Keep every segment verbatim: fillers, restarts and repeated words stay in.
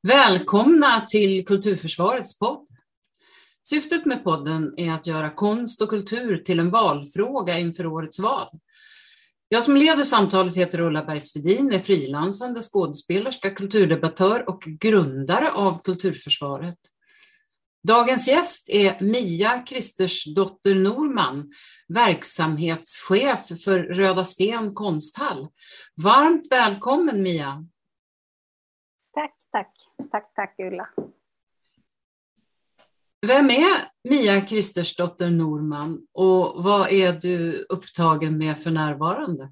Välkomna till Kulturförsvarets podd. Syftet med podden är att göra konst och kultur till en valfråga inför årets val. Jag som leder samtalet heter Ulla Bergsvedin, är frilansande skådespelerska, kulturdebattör och grundare av Kulturförsvaret. Dagens gäst är Mia Kristersdotter Norman, verksamhetschef för Röda Sten Konsthall. Varmt välkommen Mia! Tack, tack. Tack, tack Ulla. Vem är Mia Kristersdotter Norman och vad är du upptagen med för närvarande?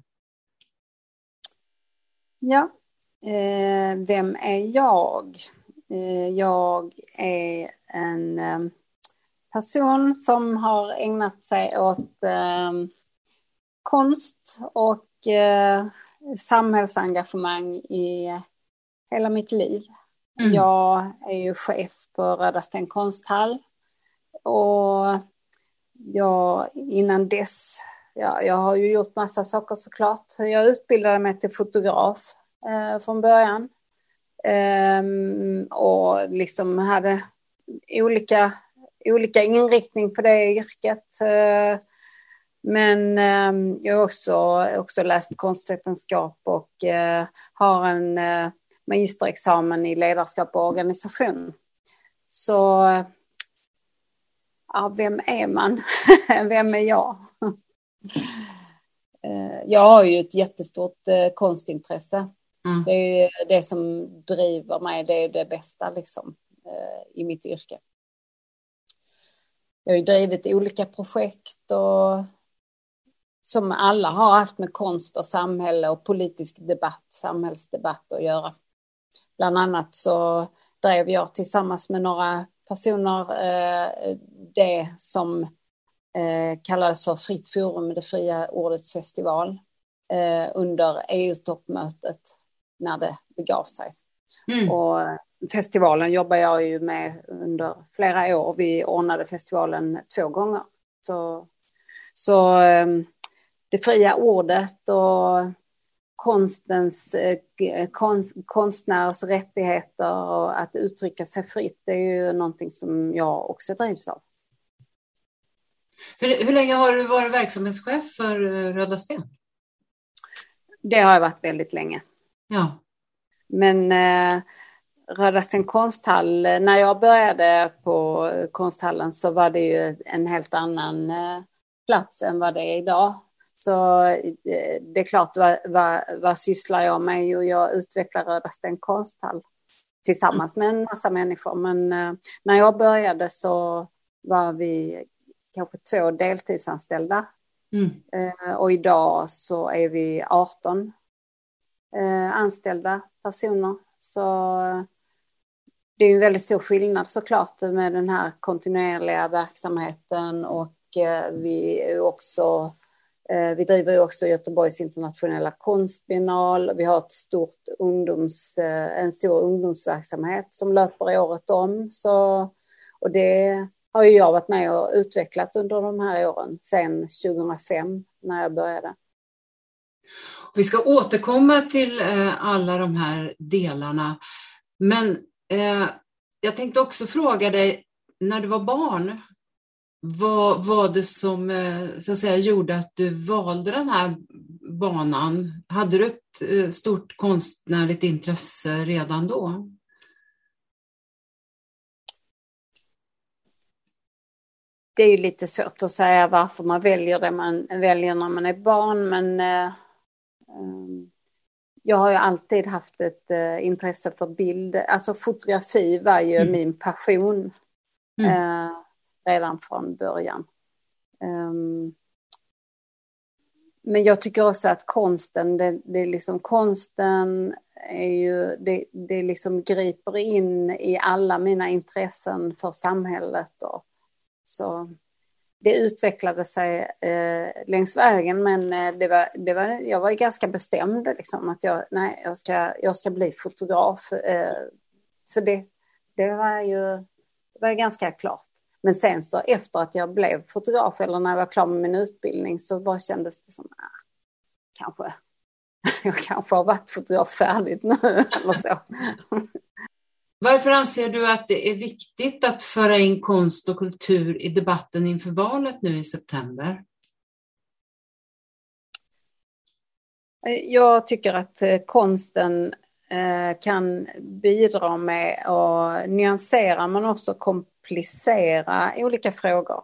Ja, eh, vem är jag? Eh, jag är en eh, person som har ägnat sig åt eh, konst och eh, samhällsengagemang i hela mitt liv. Mm. Jag är ju chef på Röda Sten Konsthall och jag innan dess, ja, jag har ju gjort massa saker såklart. Jag utbildade mig till fotograf eh, från början ehm, och liksom hade olika, olika inriktning på det yrket. Eh, men eh, jag har också, också läst konstvetenskap och eh, har en eh, magisterexamen i ledarskap och organisation. Så ja, vem är man? Vem är jag? Jag har ju ett jättestort konstintresse. Mm. Det är det som driver mig, det är det bästa liksom i mitt yrke. Jag har ju drivit olika projekt och som alla har haft med konst och samhälle och politisk debatt, samhällsdebatt att göra. Bland annat så drev jag tillsammans med några personer eh, det som eh, kallades för Fritt Forum, det fria ordets festival, eh, under E U-toppmötet när det begav sig. Mm. Och festivalen jobbar jag ju med under flera år. Vi ordnade festivalen två gånger. Så, så eh, det fria ordet och konstens, konst, konstnärs rättigheter och att uttrycka sig fritt, det är ju någonting som jag också drivs av. Hur, hur länge har du varit verksamhetschef för Röda Sten? Det har jag varit väldigt länge. Ja. Men eh, Röda Sten Konsthall, när jag började på konsthallen så var det ju en helt annan eh, plats än vad det är idag. Så det är klart, vad, vad, vad sysslar jag med? Jo, jag utvecklar Röda Sten Konsthall tillsammans med en massa människor. Men eh, när jag började så var vi kanske två deltidsanställda. Mm. Eh, och idag så är vi arton eh, anställda personer. Så det är en väldigt stor skillnad såklart med den här kontinuerliga verksamheten. Och eh, vi är också... Vi driver ju också Göteborgs internationella konstbiennal. Vi har ett stort ungdoms, en stor ungdomsverksamhet som löper året om. Så, och det har ju jag varit med och utvecklat under de här åren, sedan tjugohundrafem när jag började. Vi ska återkomma till eh, alla de här delarna. Men eh, jag tänkte också fråga dig, när du var barn, vad var det som så att säga, gjorde att du valde den här banan? Hade du ett stort konstnärligt intresse redan då? Det är ju lite svårt att säga varför man väljer det man väljer när man är barn. Men eh, jag har ju alltid haft ett eh, intresse för bild. Alltså fotografi var ju mm. min passion. Mm. Eh, redan från början. Um, men jag tycker också att konsten, det, det är liksom konsten är ju, det, det liksom griper in i alla mina intressen för samhället. Och, så det utvecklade sig eh, längs vägen, men eh, det var, det var, jag var ganska bestämd liksom, att jag, nej, jag, ska, jag ska bli fotograf. Eh, så det, det var ju det var ganska klart. Men sen så efter att jag blev fotograf eller när jag var klar med min utbildning så bara kändes det som, ah, kanske, jag kanske har varit fotograf färdigt nu eller så. Varför anser du att det är viktigt att föra in konst och kultur i debatten inför valet nu i september? Jag tycker att konsten kan bidra med att nyansera men också komplicera olika frågor.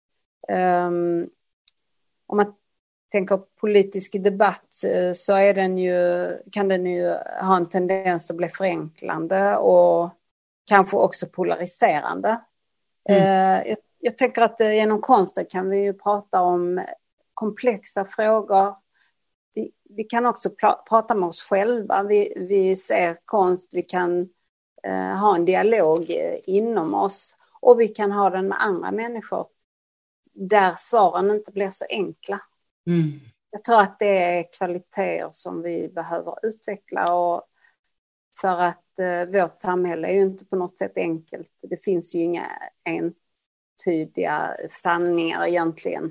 Om man tänker politisk debatt så är den ju, kan den ju ha en tendens att bli förenklande och kanske också polariserande. Mm. Jag, jag tänker att genom konsten kan vi ju prata om komplexa frågor. Vi, vi kan också pra- prata med oss själva. Vi, vi ser konst, vi kan eh, ha en dialog inom oss och vi kan ha den med andra människor där svaren inte blir så enkla. Mm. Jag tror att det är kvaliteter som vi behöver utveckla och för att eh, vårt samhälle är ju inte på något sätt enkelt. Det finns ju inga entydiga sanningar egentligen.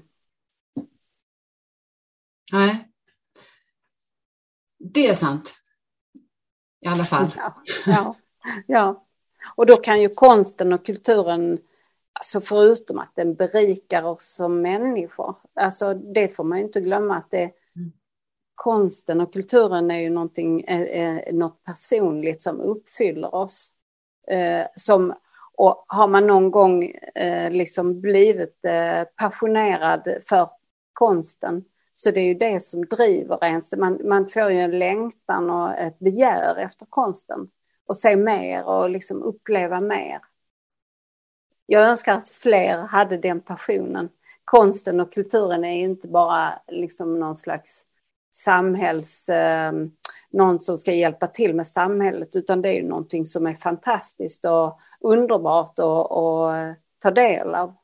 Nej. Det är sant. I alla fall. Ja, ja, ja. Och då kan ju konsten och kulturen, alltså förutom att den berikar oss som människor, alltså det får man ju inte glömma att det, mm. konsten och kulturen är ju någonting, är, är något personligt som uppfyller oss. Eh, som, och har man någon gång eh, liksom blivit eh, passionerad för konsten, så det är ju det som driver ens. Man, man får ju en längtan och ett begär efter konsten. Och se mer och liksom uppleva mer. Jag önskar att fler hade den passionen. Konsten och kulturen är ju inte bara liksom någon slags samhälls... Eh, någon som ska hjälpa till med samhället. Utan det är ju någonting som är fantastiskt och underbart att och ta del av.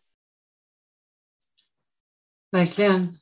Verkligen.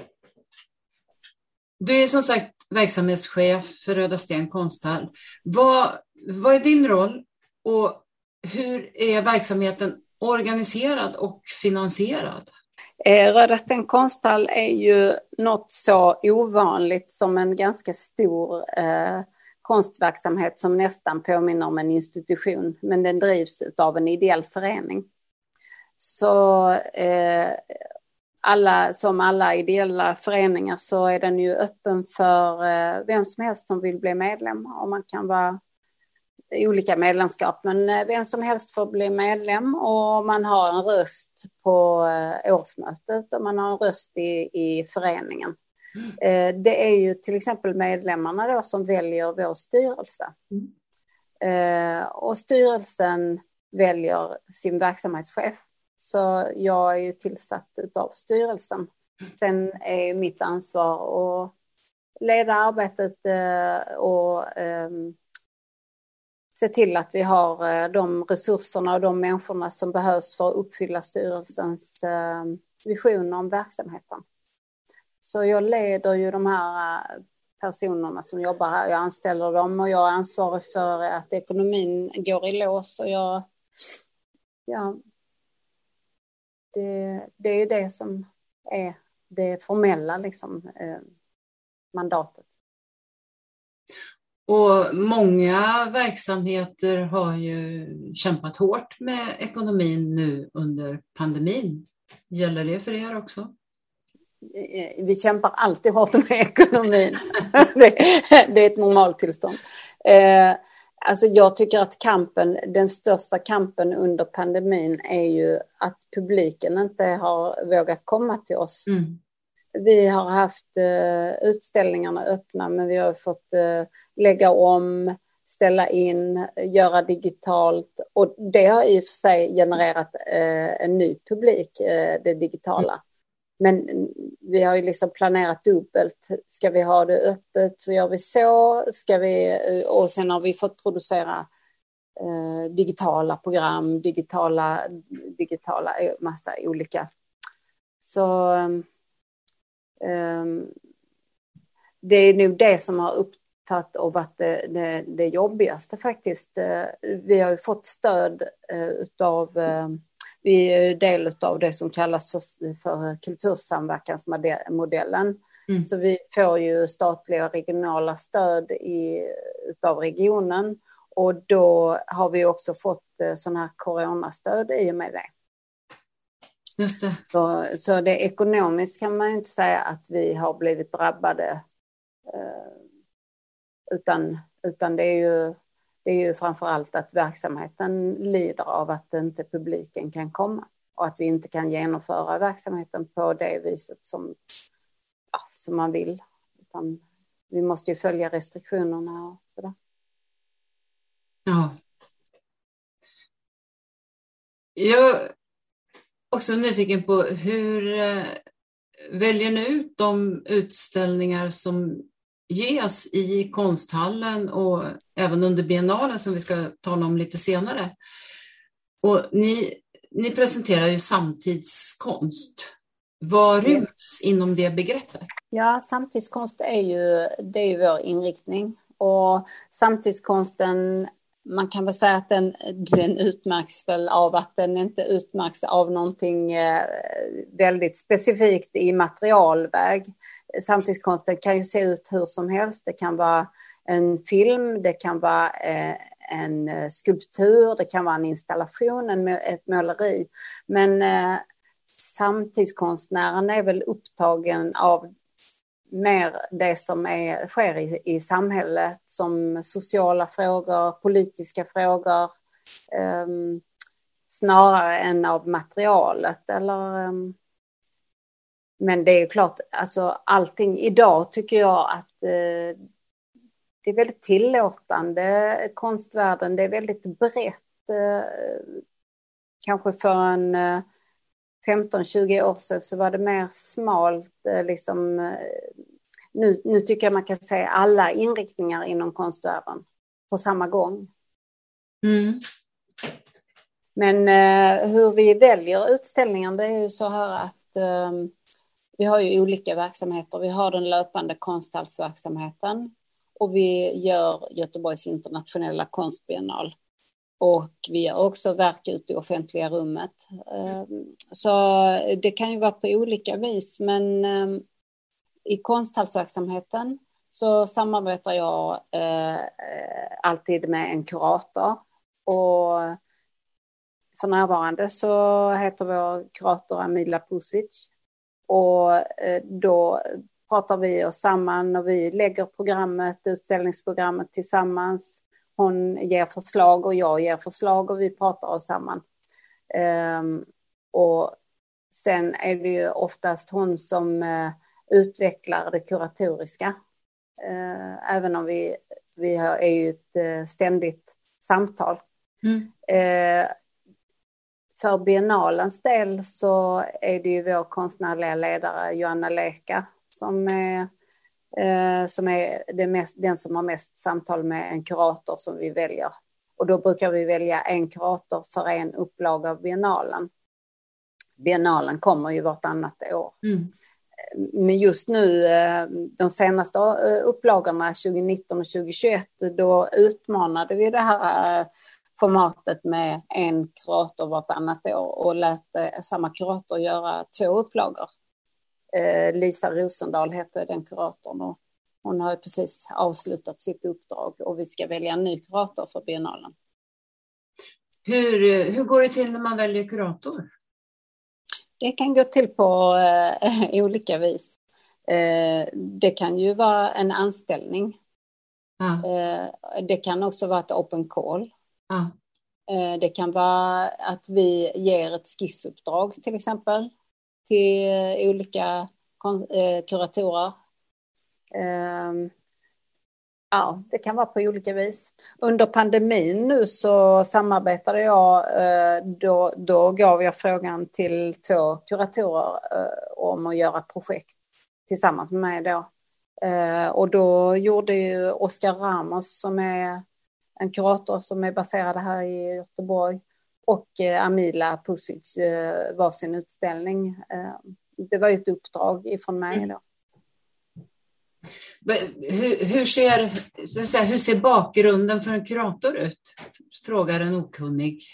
Du är som sagt verksamhetschef för Röda Sten konsthall. Vad, vad är din roll och hur är verksamheten organiserad och finansierad? Röda Sten konsthall är ju något så ovanligt som en ganska stor eh, konstverksamhet som nästan påminner om en institution, men den drivs av en ideell förening. Så eh, alla, som alla ideella föreningar så är den ju öppen för eh, vem som helst som vill bli medlem. Och man kan vara olika medlemskap, men eh, vem som helst får bli medlem och man har en röst på eh, årsmötet och man har en röst i, i föreningen. Mm. Eh, det är ju till exempel medlemmarna då som väljer vår styrelse. Mm. Eh, och styrelsen väljer sin verksamhetschef. Så jag är ju tillsatt av styrelsen. Sen är mitt ansvar att leda arbetet och se till att vi har de resurserna och de människorna som behövs för att uppfylla styrelsens visioner om verksamheten. Så jag leder ju de här personerna som jobbar här. Jag anställer dem och jag är ansvarig för att ekonomin går i lås. Och jag... Ja, Det, det är ju det som är det formella liksom, eh, mandatet. Och många verksamheter har ju kämpat hårt med ekonomin nu under pandemin. Gäller det för er också? Vi kämpar alltid hårt med ekonomin. det, det är ett normaltillstånd. Eh, Alltså jag tycker att kampen, den största kampen under pandemin är ju att publiken inte har vågat komma till oss. Mm. Vi har haft uh, utställningarna öppna, men vi har fått uh, lägga om, ställa in, göra digitalt. Och det har i och för sig genererat uh, en ny publik, uh, det digitala. Mm. Men vi har ju liksom planerat dubbelt. Ska vi ha det öppet så gör vi så. Ska vi, och sen har vi fått producera eh, digitala program, digitala, digitala massa olika. Så eh, det är nog det som har upptagit och varit det, det, det jobbigaste faktiskt. Vi har ju fått stöd eh, utav... Eh, Vi är del av det som kallas för, för kultursamverkansmodellen. Mm. Så vi får ju statliga och regionala stöd i, utav regionen. Och då har vi också fått sådana här coronastöd i och med det. Just det. Så, så det ekonomiskt kan man ju inte säga att vi har blivit drabbade. Eh, utan, utan det är ju, det är ju framförallt att verksamheten lider av att inte publiken kan komma. Och att vi inte kan genomföra verksamheten på det viset som, ja, som man vill. Utan vi måste ju följa restriktionerna och sådär. Ja. Jag är också nyfiken på hur eh, väljer ni ut de utställningar som ges i konsthallen och även under biennalen som vi ska tala om lite senare. Och ni, ni presenterar ju samtidskonst. Vad ryms yes. inom det begreppet? Ja, samtidskonst är ju, det är ju vår inriktning. Och samtidskonsten, man kan väl säga att den, den utmärks väl av att den inte utmärks av någonting väldigt specifikt i materialväg. Samtidskonsten kan ju se ut hur som helst. Det kan vara en film, det kan vara en skulptur, det kan vara en installation, en, ett måleri. Men eh, samtidskonstnären är väl upptagen av mer det som är, sker i, i samhället, som sociala frågor, politiska frågor, eh, snarare än av materialet. Eller, eh, men det är ju klart, alltså allting idag tycker jag att eh, det är väldigt tillåtande, konstvärlden, det är väldigt brett. Eh, kanske för en eh, femton tjugo år sedan så var det mer smalt. Eh, liksom, eh, nu, nu tycker jag man kan säga alla inriktningar inom konstvärlden på samma gång. Mm. Men eh, hur vi väljer utställningen, det är ju så här att eh, vi har ju olika verksamheter. Vi har den löpande konsthallsverksamheten. Och vi gör Göteborgs internationella konstbiennal. Och vi gör också verk ute i offentliga rummet. Så det kan ju vara på olika vis. Men i konsthallsverksamheten så samarbetar jag alltid med en kurator. Och för närvarande så heter vår kurator Amila Pusic. Och då pratar vi oss samman och vi lägger programmet, utställningsprogrammet tillsammans. Hon ger förslag och jag ger förslag och vi pratar oss samman. Um, och sen är det ju oftast hon som uh, utvecklar det kuratoriska. Uh, även om vi, vi har, är ju ett uh, ständigt samtal. Mm. Uh, för biennalens del så är det ju vår konstnärliga ledare Joanna Leka som är, eh, som är det mest, den som har mest samtal med en kurator som vi väljer. Och då brukar vi välja en kurator för en upplaga av biennalen. Biennalen kommer ju vartannat år. Mm. Men just nu, eh, de senaste upplagorna tjugonitton och tjugohundratjugoett, då utmanade vi det här eh, formatet med en kurator vartannat år och lät eh, samma kurator göra två upplagor. Lisa Rosendahl heter den kuratorn och hon har precis avslutat sitt uppdrag och vi ska välja en ny kurator för biennalen. Hur, hur går det till när man väljer kurator? Det kan gå till på eh, olika vis. Eh, det kan ju vara en anställning. Ah. Eh, det kan också vara ett open call. Ah. Eh, det kan vara att vi ger ett skissuppdrag till exempel till olika eh, kuratorer. Eh, ja, det kan vara på olika vis. Under pandemin nu så samarbetade jag, eh, då, då gav jag frågan till två kuratorer eh, om att göra projekt tillsammans med mig då. Eh, och då gjorde ju Oskar Ramos som är en kurator som är baserad här i Göteborg och eh, Amila Pusic eh, var sin utställning. Eh, det var ju ett uppdrag ifrån mig då. Hur, hur, ser, så att säga, hur ser bakgrunden för en kurator ut? Frågar en okunnig.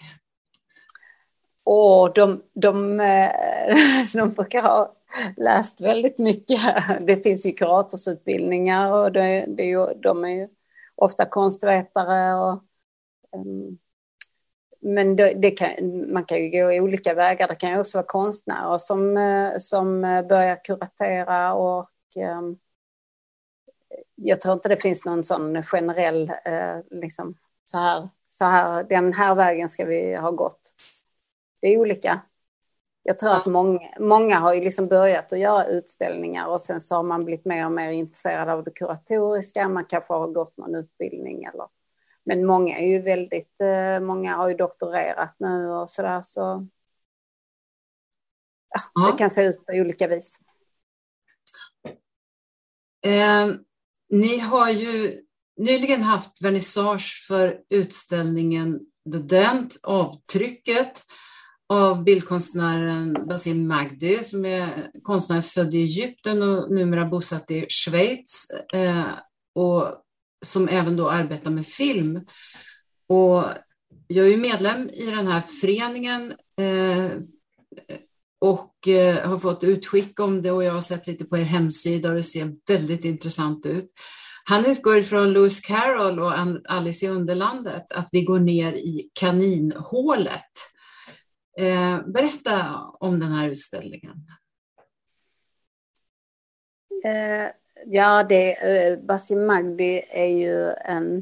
Och de, de, de brukar ha läst väldigt mycket. Det finns ju kuratorsutbildningar och det, det är ju, de är ju ofta konstvetare och Um, men det, det kan, man kan ju gå olika vägar. Det kan ju också vara konstnärer som, som börjar kuratera och um, jag tror inte det finns någon sån generell uh, liksom så här, så här, den här vägen ska vi ha gått. Det är olika. Jag tror att många, många har ju liksom börjat att göra utställningar och sen så har man blivit mer och mer intresserad av det kuratoriska. Man kanske har gått någon utbildning eller... Men många är ju väldigt, många har ju doktorerat nu och sådär så... Ja, ja. Det kan se ut på olika vis. Eh, ni har ju nyligen haft vernissage för utställningen The Dent, avtrycket av bildkonstnären Basim Magdy som är konstnär född i Egypten och numera bosatt i Schweiz eh, och som även då arbetar med film. Och jag är ju medlem i den här föreningen eh, och eh, har fått utskick om det och jag har sett lite på er hemsida och det ser väldigt intressant ut. Han utgår ifrån Lewis Carroll och Alice i Underlandet att vi går ner i kaninhålet. Eh, berätta om den här utställningen. Eh, ja, det, eh, Basim Magdy är ju en,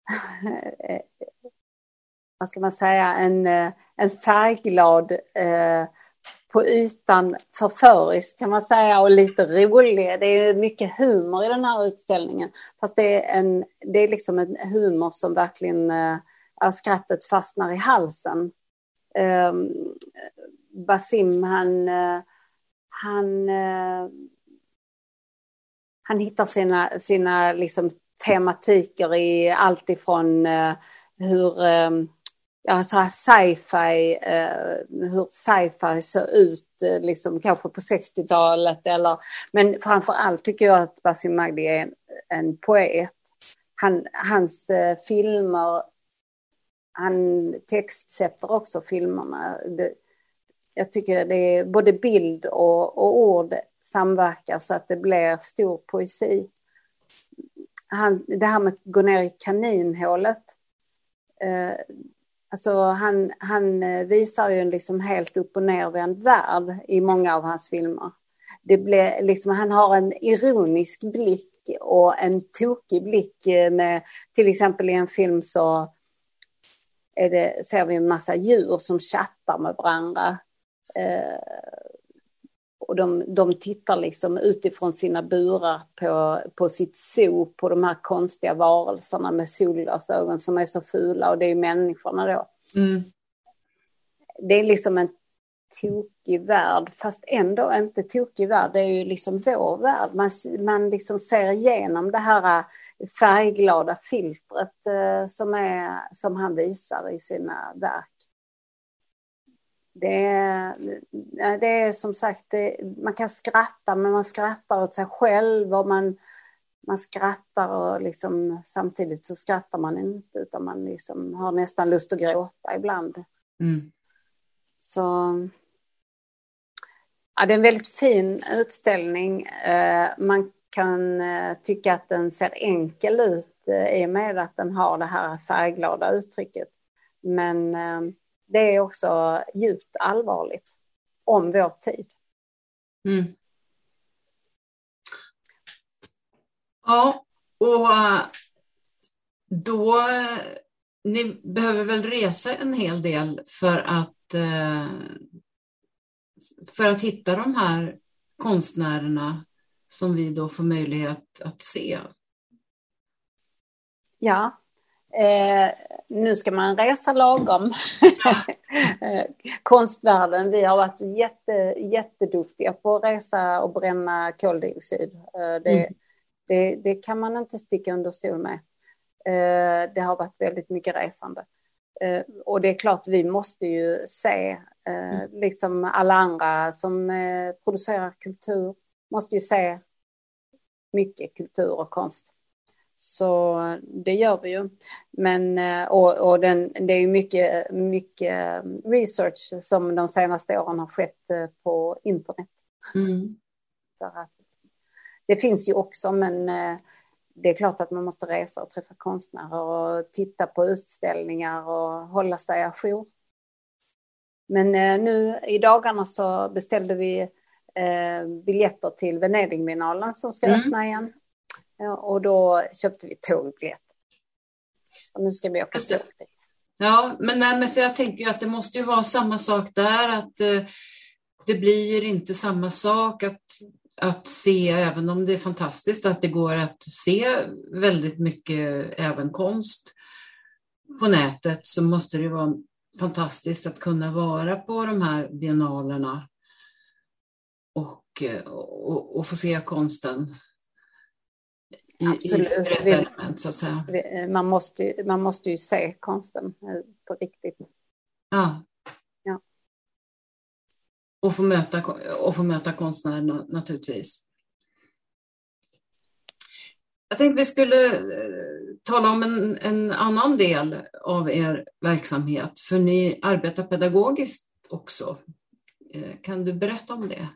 vad ska man säga, en, en färgglad, eh, på ytan förförisk kan man säga och lite rolig. Det är mycket humor i den här utställningen. Fast det är, en, det är liksom en humor som verkligen, eh, skrattet fastnar i halsen. Um, Basim han uh, han uh, han hittar sina sina liksom tematiker i allt ifrån uh, hur um, ja så här sci-fi uh, hur sci-fi ser ut uh, liksom kanske på sextiotalet eller men framför allt tycker jag att Basim Magdy är en, en poet. Han hans uh, filmer. Han textsätter också filmerna. Det, jag tycker det är både bild och, och ord samverkar så att det blir stor poesi. Han, det här med att gå ner i kaninhålet. Eh, alltså han, han visar ju en liksom helt upp och nervänd värld i många av hans filmer. Det blir liksom, han har en ironisk blick och en tokig blick med, till exempel i en film så är det, ser vi en massa djur som chattar med varandra. Eh, och de, de tittar liksom utifrån sina burar på, på sitt zoo, på de här konstiga varelserna med solglasögon som är så fula och det är människorna då. Mm. Det är liksom en tokig värld, fast ändå inte tokig värld. Det är ju liksom vår värld. Man, man liksom ser igenom det här färgglada filtret eh, som, är, som han visar i sina verk. Det är, det är som sagt, det, man kan skratta men man skrattar åt sig själv och man, man skrattar och liksom, samtidigt så skrattar man inte utan man liksom har nästan lust att gråta ibland. Mm. Så ja, det är en väldigt fin utställning. Eh, man kan eh, tycka att den ser enkel ut eh, i och med att den har det här färgglada uttrycket. Men eh, det är också djupt allvarligt om vår tid. Mm. Ja, och då ni behöver väl resa en hel del för att eh, för att hitta de här konstnärerna som vi då får möjlighet att se. Ja, eh, nu ska man resa lagom. Konstvärlden, vi har varit jätte, jätteduktiga på att resa och bränna koldioxid. Eh, det, mm. det, det kan man inte sticka under stol med. Eh, det har varit väldigt mycket resande. Eh, och det är klart, vi måste ju se, eh, mm. liksom alla andra som eh, producerar kultur, måste ju se mycket kultur och konst. Så det gör vi ju. Men, och, och den, det är ju mycket, mycket research som de senaste åren har skett på internet. Mm. Det finns ju också, men det är klart att man måste resa och träffa konstnärer och titta på utställningar och hålla sig ajour. Men eh, nu i dagarna så beställde vi eh, biljetter till Venedigbiennalen som ska mm. öppna igen. Ja, och då köpte vi tågbiljetter. Och nu ska vi åka tåg dit. Ja, men, nej, men för jag tänker att det måste ju vara samma sak där. Att eh, det blir inte samma sak att, att se, även om det är fantastiskt att det går att se väldigt mycket även konst på nätet, så måste det vara fantastiskt att kunna vara på de här biennalerna och, och, och få se konsten i, Absolut. i rätt element, så att säga. Man måste, man måste ju se konsten på riktigt. Ja. Ja. Och få möta, och få möta konstnärerna naturligtvis. Jag tänkte vi skulle tala om en, en annan del av er verksamhet, för ni arbetar pedagogiskt också. Kan du berätta om det?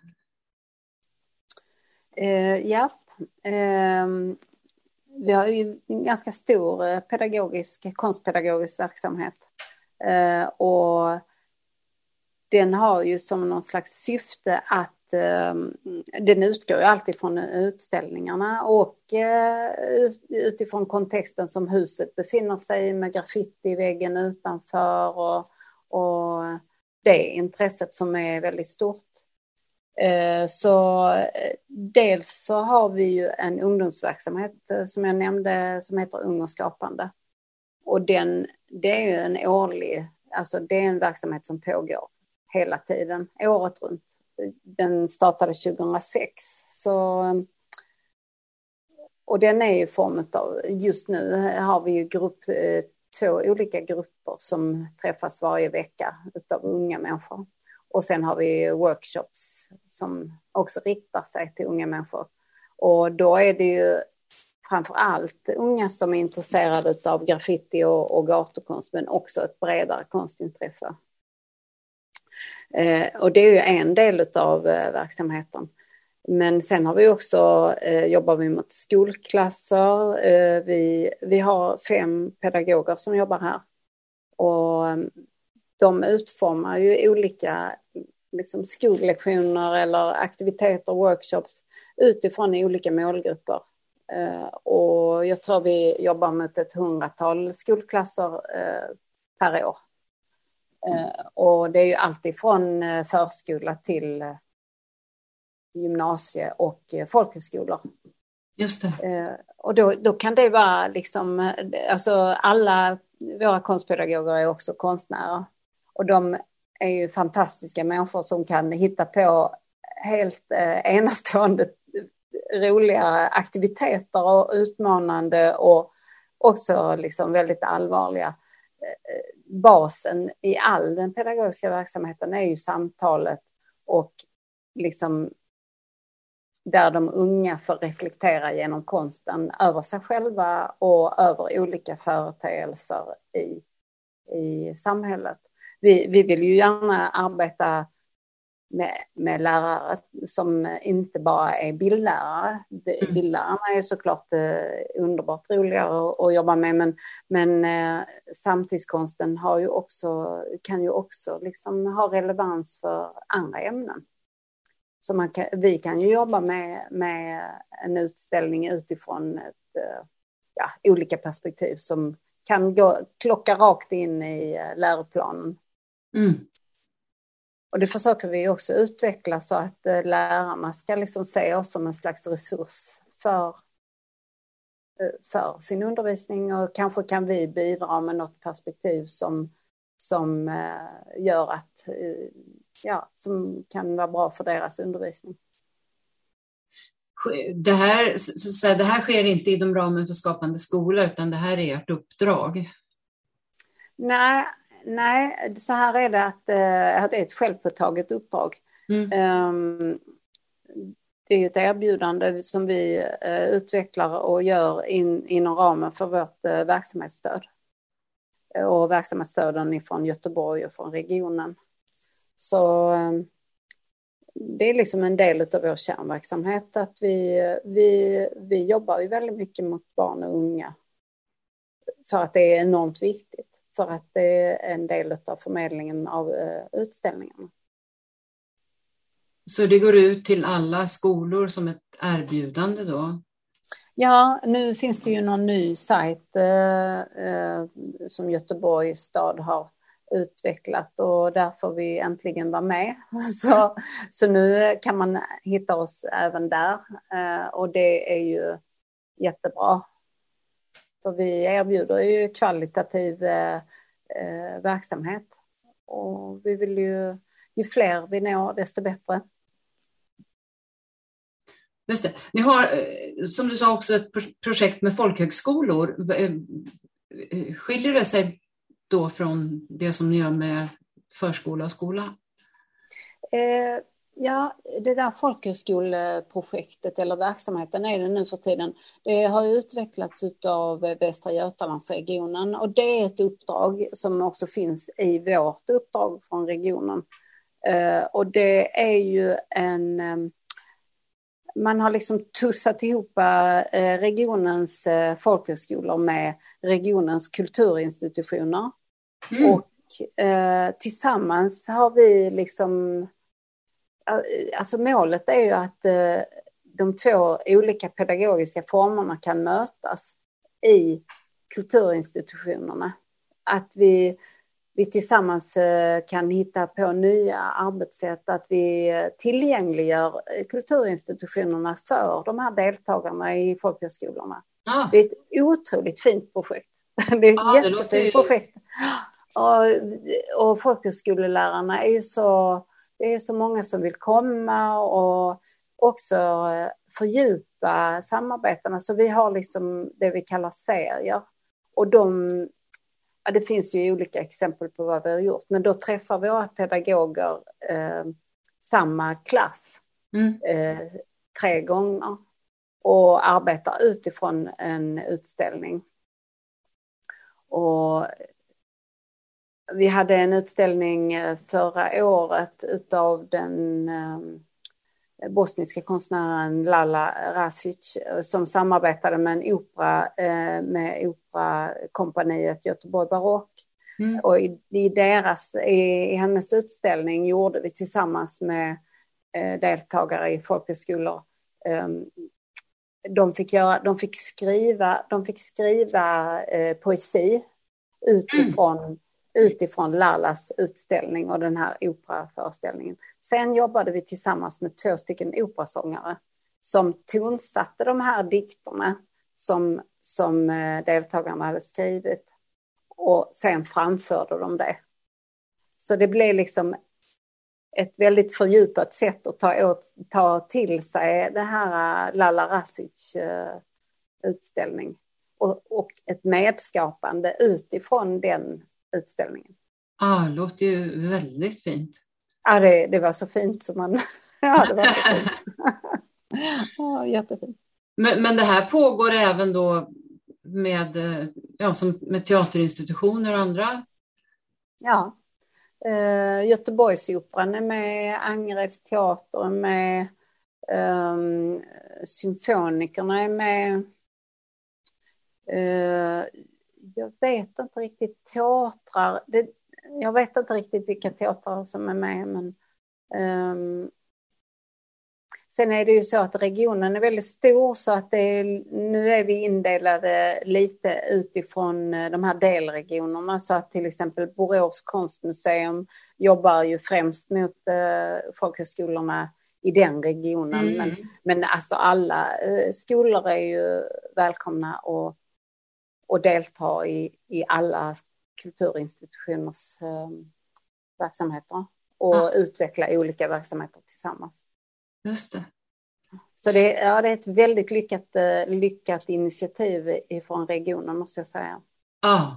Eh, ja, eh, vi har ju en ganska stor pedagogisk, konstpedagogisk verksamhet. Eh, och den har ju som någon slags syfte att eh, den utgår ju alltid från utställningarna och eh, utifrån kontexten som huset befinner sig i, med graffiti i väggen utanför och, och det intresset som är väldigt stort. Eh, så eh, dels så har vi ju en ungdomsverksamhet eh, som jag nämnde som heter Ung och skapande. Och den, det är ju en årlig, alltså det är en verksamhet som pågår hela tiden, året runt. Den startade tjugohundrasex. Så, och den är i form av, just nu har vi ju grupp, två olika grupper som träffas varje vecka utav unga människor. Och sen har vi workshops som också riktar sig till unga människor. Och då är det ju framför allt unga som är intresserade av graffiti och, och gatukonst, men också ett bredare konstintresse. Eh, och det är ju en del av eh, verksamheten. Men sen har vi också, eh, jobbar vi mot skolklasser. Eh, vi, vi har fem pedagoger som jobbar här. Och de utformar ju olika liksom, skollektioner eller aktiviteter, workshops utifrån olika målgrupper. Eh, och jag tror vi jobbar mot ett hundratal skolklasser eh, per år. Eh, och det är ju alltid från eh, förskola till eh, gymnasie och eh, folkhögskolor. Just det. Eh, och då, då kan det vara liksom, alltså alla våra konstpedagoger är också konstnärer. Och de är ju fantastiska människor som kan hitta på helt eh, enastående roliga aktiviteter och utmanande och också liksom väldigt allvarliga. Basen i all den pedagogiska verksamheten är ju samtalet och liksom där de unga får reflektera genom konsten över sig själva och över olika företeelser i, i samhället. Vi, vi vill ju gärna arbeta med, med lärare som inte bara är bildlärare. Mm. Bildlärarna är ju såklart eh, underbart roligare att, att jobba med, men, men eh, samtidskonsten har ju också, kan ju också liksom ha relevans för andra ämnen. Så man kan, vi kan ju jobba med, med en utställning utifrån ett, eh, ja, olika perspektiv som kan gå, klocka rakt in i eh, läroplanen. Mm. Och det försöker vi också utveckla så att eh, lärarna ska liksom se oss som en slags resurs för, eh, för sin undervisning. Och kanske kan vi bidra med något perspektiv som, som eh, gör att, eh, ja, som kan vara bra för deras undervisning. Det här, så, så, det här sker inte inom ramen för Skapande skola, utan det här är ert uppdrag? Nej, nej, så här är det att eh, det är ett självpåtaget uppdrag. Mm. Um, det är ju ett erbjudande som vi eh, utvecklar och gör in, inom ramen för vårt eh, verksamhetsstöd. Och verksamhetsstöden från Göteborg och från regionen. Så det är liksom en del av vår kärnverksamhet att vi, vi, vi jobbar ju väldigt mycket mot barn och unga. För att det är enormt viktigt. För att det är en del av förmedlingen av uh, utställningarna. Så det går ut till alla skolor som ett erbjudande då? Ja, nu finns det ju någon ny sajt uh, uh, som Göteborgs stad har utvecklat och där får vi äntligen vara med. Så, så nu kan man hitta oss även där uh, och det är ju jättebra. För vi erbjuder ju kvalitativ eh, eh, verksamhet. Och vi vill ju, ju fler vi når desto bättre. Just det. Ni har, som du sa, också ett projekt med folkhögskolor. Skiljer det sig då från det som ni gör med förskola och skola? Eh, Ja, det där folkhögskoleprojektet eller verksamheten är det nu för tiden. Det har utvecklats av Västra Götalandsregionen och det är ett uppdrag som också finns i vårt uppdrag från regionen. Och det är ju en... Man har liksom tussat ihop regionens folkhögskolor med regionens kulturinstitutioner. Mm. Och tillsammans har vi liksom... Alltså målet är ju att eh, de två olika pedagogiska formerna kan mötas i kulturinstitutionerna. Att vi, vi tillsammans eh, kan hitta på nya arbetssätt, att vi tillgängliggör kulturinstitutionerna för de här deltagarna i folkhögskolorna. Ah. Det är ett otroligt fint projekt. Det är ett ah, jättefint projekt. Och, och folkhögskolelärarna är ju så... Det är så många som vill komma och också fördjupa samarbetena. Så vi har liksom det vi kallar serier. Och de, ja, det finns ju olika exempel på vad vi har gjort. Men då träffar våra pedagoger eh, samma klass mm. eh, tre gånger. Och arbetar utifrån en utställning. Och... Vi hade en utställning förra året utav den eh, bosniska konstnären Lala Rasic som samarbetade med en opera eh, med operakompaniet Göteborg Barock. Mm. Och i, i deras i, i hennes utställning gjorde vi tillsammans med eh, deltagare i folkhögskolor. Eh, de fick göra, de fick skriva, de fick skriva eh, poesi utifrån mm. utifrån Lalas utställning och den här operaföreställningen. Sen jobbade vi tillsammans med två stycken operasångare som tonsatte de här dikterna som, som deltagarna hade skrivit och sen framförde de det. Så det blev liksom ett väldigt fördjupat sätt att ta, åt, ta till sig det här Lala Rasic utställning och, och ett medskapande utifrån den utställningen. Ja, ah, det låter ju väldigt fint. Ja, det, det var så fint som man... Ja, det var så fint. Ja, jättefint. Men, men det här pågår även då med, ja, som med teaterinstitutioner och andra? Ja. Uh, Göteborgsoperan är med, Angereds teater är med, um, symfonikerna är med. Uh, Jag vet inte riktigt teatrar. Det, jag vet inte riktigt vilka teatrar som är med. Men, um, sen är det ju så att regionen är väldigt stor. Så att det är, nu är vi indelade lite utifrån de här delregionerna. Så att till exempel Borås konstmuseum jobbar ju främst mot uh, folkhögskolorna i den regionen. Mm. Men, men alltså alla uh, skolor är ju välkomna och och delta i, i alla kulturinstitutioners eh, verksamheter och ah. utveckla olika verksamheter tillsammans. Just det. Så det, ja, det är ett väldigt lyckat, lyckat initiativ från regionen, måste jag säga. Ja. Ah.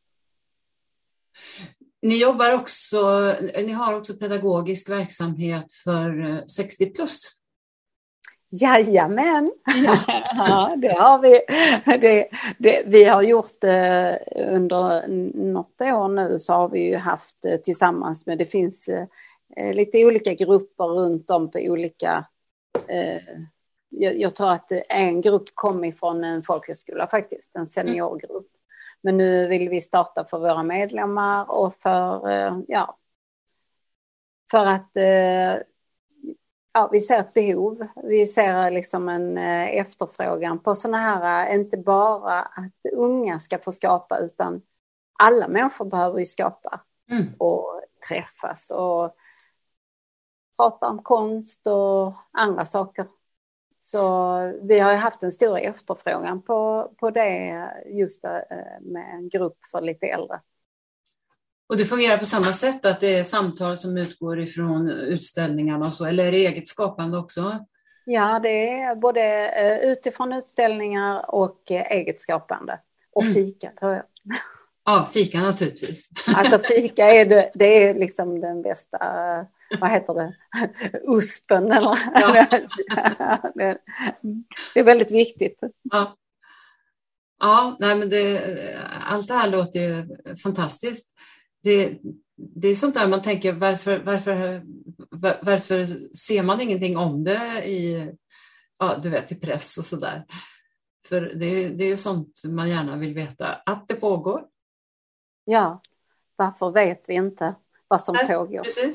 Ni jobbar också, ni har också pedagogisk verksamhet för sextio plus. Jajamän, ja, det har vi. Det, det, vi har gjort eh, under något år nu så har vi ju haft eh, tillsammans med, det finns eh, lite olika grupper runt om på olika... Eh, jag, jag tror att en grupp kom ifrån en folkhögskola faktiskt, en seniorgrupp. Men nu vill vi starta för våra medlemmar och för, eh, ja, för att eh, ja, vi ser ett behov. Vi ser liksom en eh, efterfrågan på sådana här, eh, inte bara att unga ska få skapa, utan alla människor behöver ju skapa mm. och träffas och prata om konst och andra saker. Så vi har ju haft en stor efterfrågan på, på det just med en grupp för lite äldre. Och det fungerar på samma sätt, att det är samtal som utgår ifrån utställningarna och så, eller är det eget skapande också? Ja, det är både utifrån utställningar och eget skapande. Och mm. fika tror jag. Ja, fika naturligtvis. Alltså fika är, det, det är liksom den bästa, vad heter det, uspen eller? Ja. det, det är väldigt viktigt. Ja, ja nej, men det, allt det här låter ju fantastiskt. Det, det är sånt där man tänker, varför, varför, var, varför ser man ingenting om det i, ja, du vet, i press och sådär? För det, det är ju sånt man gärna vill veta, att det pågår. Ja, varför vet vi inte vad som Nej, pågår? Precis.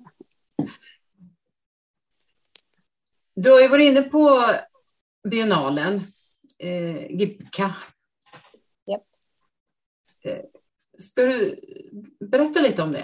Du har ju varit inne på biennalen, eh, Gibka. Yep. Eh, ska du berätta lite om det?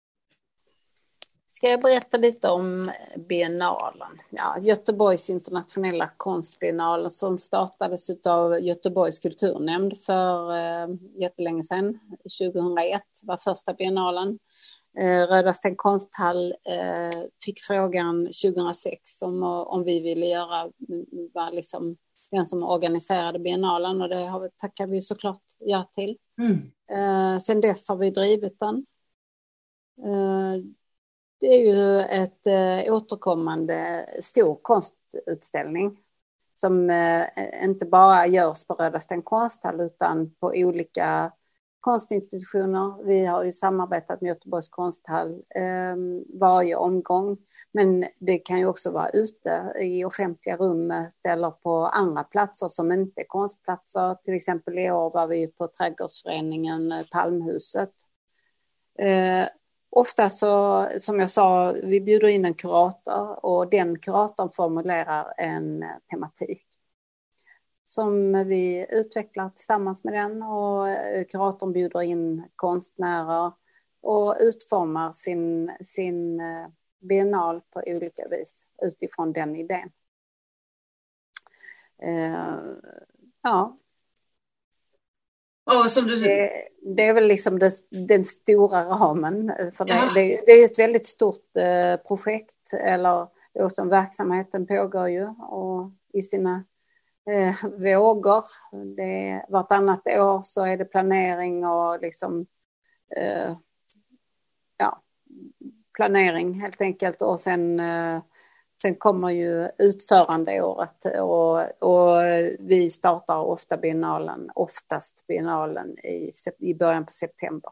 Ska jag berätta lite om biennalen? Ja, Göteborgs internationella konstbiennal som startades av Göteborgs kulturnämnd för eh, jättelänge sedan. tjugohundraett var första biennalen. Eh, Röda Sten konsthall eh, fick frågan tjugohundrasex om, om vi ville göra, var liksom den som organiserade biennalen, och det har vi, tackar vi såklart ja till. Mm. Eh, sen dess har vi drivit den. Eh, Det är ju ett eh, återkommande stor konstutställning som eh, inte bara görs på Röda Sten konsthall utan på olika konstinstitutioner. Vi har ju samarbetat med Göteborgs konsthall eh, varje omgång, men det kan ju också vara ute i offentliga rummet eller på andra platser som inte är konstplatser. Till exempel i år var vi på Trädgårdsföreningen Palmhuset. Eh, Ofta så, som jag sa, vi bjuder in en kurator och den kuratorn formulerar en tematik som vi utvecklar tillsammans med den, och kuratorn bjuder in konstnärer och utformar sin, sin biennal på olika vis utifrån den idén. Uh, ja. Oh, som du... det, det är väl liksom det, den stora ramen. För det, ja. det, det är ett väldigt stort eh, projekt, eller som verksamheten pågår ju och i sina eh, vågor. Det, vartannat år så är det planering och liksom eh, ja, planering helt enkelt, och sen eh, Sen kommer ju utförandeåret och, och vi startar ofta biennalen, oftast biennalen i, i början på september.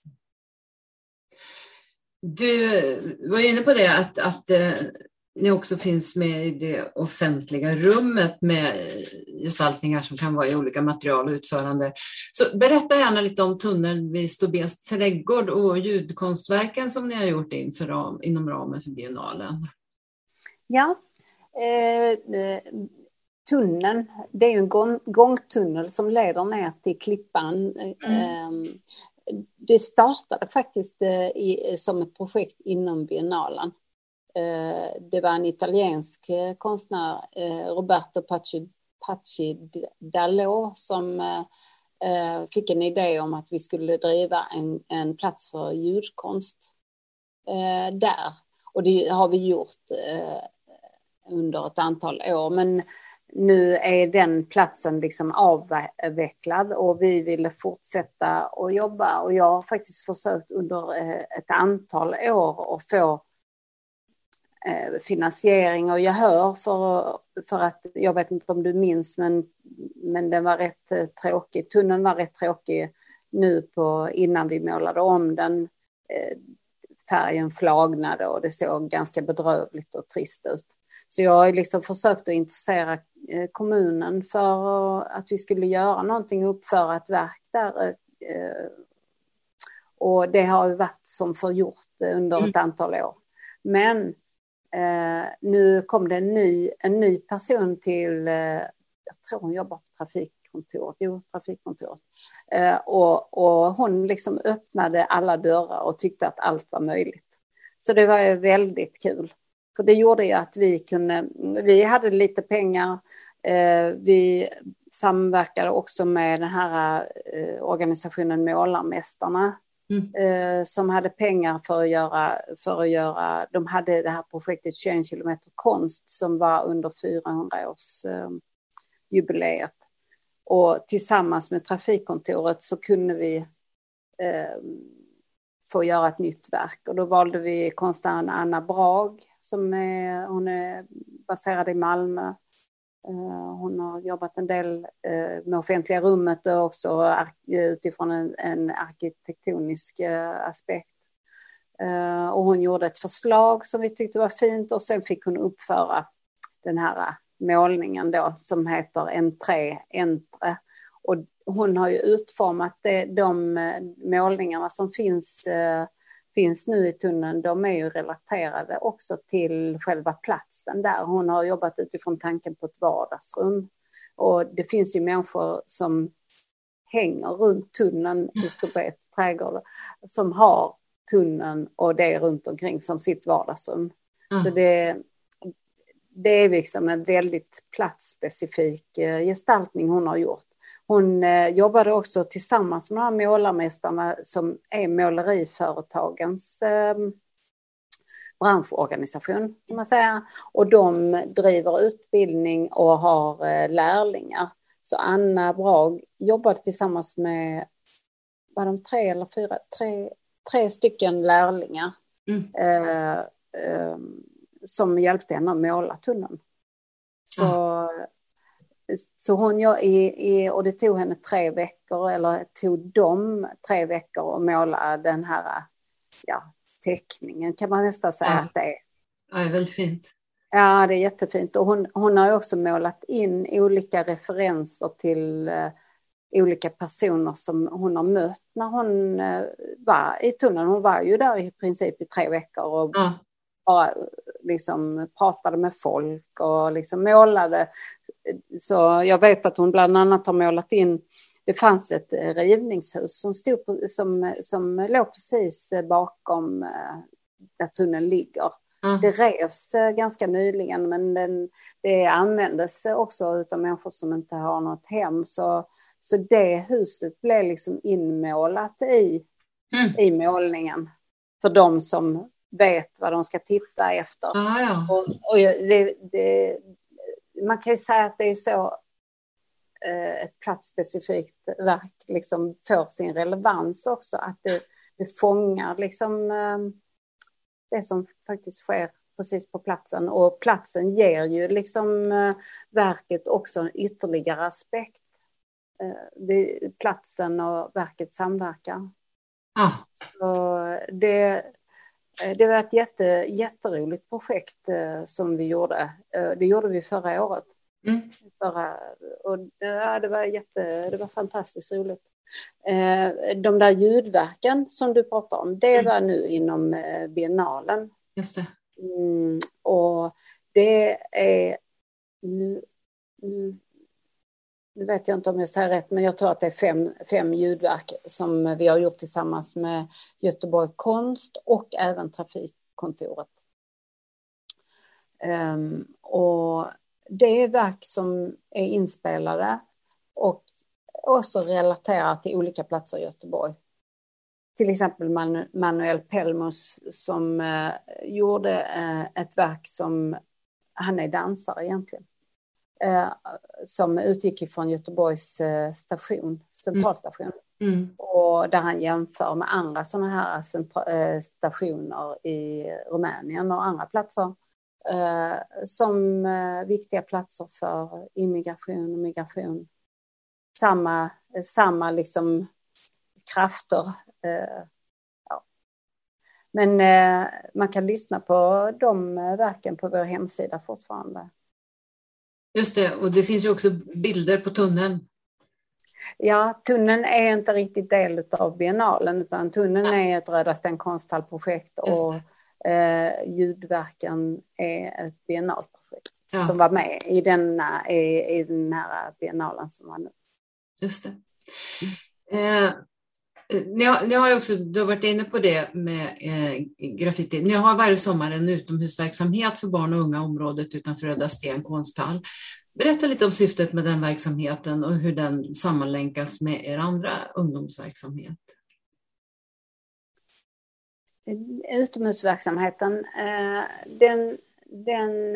Du var inne på det att, att eh, ni också finns med i det offentliga rummet med gestaltningar som kan vara i olika material och utförande. Så berätta gärna lite om tunneln vid Ståbens trädgård och ljudkonstverken som ni har gjort inför ram, inom ramen för biennalen. Ja, eh, tunneln, det är ju en gång, gångtunnel som leder ner till klippan. Mm. Eh, det startade faktiskt eh, i, som ett projekt inom biennalen. Eh, det var en italiensk konstnär, eh, Roberto Pacci, Pacci Dallo, som eh, fick en idé om att vi skulle driva en, en plats för ljudkonst eh, där. Och det har vi gjort eh, under ett antal år, men nu är den platsen liksom avvecklad och vi ville fortsätta att jobba, och jag har faktiskt försökt under ett antal år att få finansiering och gehör för, för att, jag vet inte om du minns, men, men den var rätt tråkig, tunneln var rätt tråkig nu på, innan vi målade om den. färgen flagnade och det såg ganska bedrövligt och trist ut. Så jag har liksom försökt att intressera kommunen för att vi skulle göra någonting och uppföra ett verk där. Och det har ju varit som förgjort under ett antal år. Men eh, nu kom det en ny, en ny person till, eh, jag tror hon jobbar på trafikkontoret, jo, trafikkontoret. Eh, och, och hon liksom öppnade alla dörrar och tyckte att allt var möjligt. Så det var ju väldigt kul. För det gjorde ju att vi kunde, vi hade lite pengar, eh, vi samverkade också med den här eh, organisationen Målarmästarna. Mm. Eh, som hade pengar för att göra, för att göra, de hade det här projektet tjugoen kilometer konst som var under fyrahundra års eh, jubileet. Och tillsammans med trafikkontoret så kunde vi eh, få göra ett nytt verk. Och då valde vi konstnären Anna Brag som är, hon är baserad i Malmö. Hon har jobbat en del med offentliga rummet och också utifrån en, en arkitektonisk aspekt. Och hon gjorde ett förslag som vi tyckte var fint och sen fick hon uppföra den här målningen då som heter Entré, Entre. Och hon har ju utformat det, de målningarna som finns finns nu i tunneln, de är ju relaterade också till själva platsen där. Hon har jobbat utifrån tanken på ett vardagsrum. Och det finns ju människor som hänger runt tunneln i Storbrets trädgård som har tunneln och det runt omkring som sitt vardagsrum. Mm. Så det, det är liksom en väldigt platsspecifik gestaltning hon har gjort. Hon eh, jobbade också tillsammans med de här målarmästarna som är måleriföretagens eh, branschorganisation kan man säga. Och de driver utbildning och har eh, lärlingar. Så Anna Brag jobbade tillsammans med, var de tre eller fyra, tre, tre stycken lärlingar mm. eh, eh, som hjälpte henne att måla tunneln. Så... Mm. Så hon gör i, i, och det tog henne tre veckor eller tog dem tre veckor att måla den här ja, teckningen kan man nästan säga ja. Att det är. Ja, det är väldigt fint. Ja, det är jättefint. Och hon, hon har också målat in olika referenser till uh, olika personer som hon har mött när hon uh, var i tunneln. Hon var ju där i princip i tre veckor och ja. Bara liksom pratade med folk och liksom målade. Så jag vet att hon bland annat har målat in, det fanns ett rivningshus som stod på, som, som låg precis bakom där tunneln ligger. Mm. Det revs ganska nyligen men den, det användes också utav människor som inte har något hem. Så, så det huset blev liksom inmålat i, mm. i målningen för de som vet vad de ska titta efter. Ah, ja. och, och det, det, man kan ju säga att det är så eh, ett platsspecifikt verk liksom får sin relevans också. Att det, det fångar liksom eh, det som faktiskt sker precis på platsen. Och platsen ger ju liksom eh, verket också en ytterligare aspekt. Eh, det, platsen och verket samverkar. Ah. Så det... Det var ett jätte, jätteroligt projekt eh, som vi gjorde. Eh, det gjorde vi förra året. Mm. Förra, och ja, det var jätte, det var fantastiskt roligt. Eh, de där ljudverken som du pratar om, det mm. var nu inom eh, biennalen. Just det. Mm, och det är nu, nu, nu vet jag inte om jag säger rätt, men jag tror att det är fem, fem ljudverk som vi har gjort tillsammans med Göteborg Konst och även Trafikkontoret. Um, och det är verk som är inspelade och också relaterar till olika platser i Göteborg. Till exempel Man- Manuel Pelmos som uh, gjorde uh, ett verk som, han är dansare egentligen. Eh, som utgick ifrån Göteborgs eh, station, centralstation. Mm. Mm. Och där han jämför med andra sådana här centra- eh, stationer i Rumänien och andra platser eh, som eh, viktiga platser för immigration och migration. Samma, samma liksom krafter. Eh, ja. Men eh, man kan lyssna på de verken på vår hemsida fortfarande. Just det, och det finns ju också bilder på tunneln. Ja, tunneln är inte riktigt del av biennalen, utan tunneln är ett Röda Sten Konsthall-projekt och eh, ljudverken är ett biennalprojekt ja. Som var med i den, i, i den här biennalen som var nu. Just det. Mm. Eh, ni, har, ni har ju också, du har varit inne på det med eh, graffiti. Ni har varje sommar en utomhusverksamhet för barn och unga området utanför Röda Sten Konsthall. Berätta lite om syftet med den verksamheten och hur den sammanlänkas med er andra ungdomsverksamhet. Utomhusverksamheten, den, den,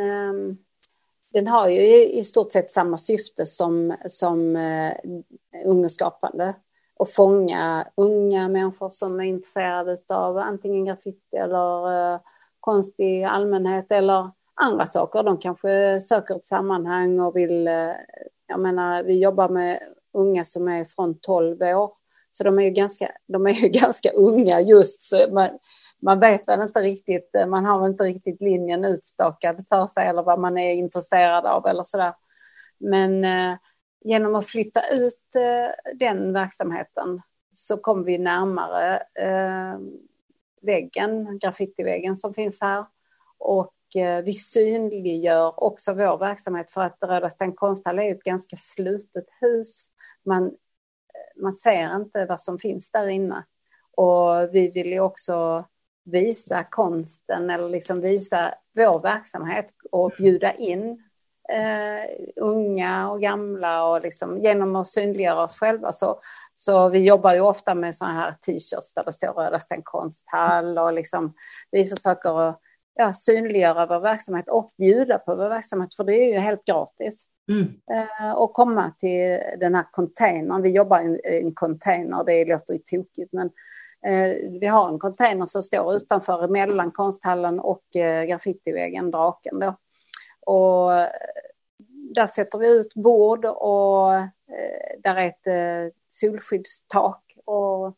den har ju i stort sett samma syfte som, som ungeskapande. Att fånga unga människor som är intresserade av antingen graffiti eller konst i allmänhet eller andra saker. De kanske söker ett sammanhang och vill, jag menar, vi jobbar med unga som är från tolv år. Så de är ju ganska, de är ju ganska unga just, så man, man vet väl inte riktigt, man har väl inte riktigt linjen utstakad för sig eller vad man är intresserad av eller sådär. Men eh, genom att flytta ut eh, den verksamheten så kommer vi närmare eh, väggen, graffitiväggen som finns här. Och vi synliggör också vår verksamhet för att Röda Sten Konsthall är ett ganska slutet hus. Man, man ser inte vad som finns där inne. Och vi vill ju också visa konsten eller liksom visa vår verksamhet och bjuda in eh, unga och gamla och liksom genom att synliggöra oss själva. Så, så vi jobbar ju ofta med såna här t-shirts där det står Röda Sten Konsthall och liksom vi försöker att Ja, synliggöra vår verksamhet och bjuda på vår verksamhet, för det är ju helt gratis. Mm. Eh, och komma till den här containern. Vi jobbar i en container, det låter ju tokigt, men eh, vi har en container som står utanför mellan konsthallen och eh, graffitivägen Draken då. Och eh, där sätter vi ut bord och eh, där är ett eh, solskyddstak och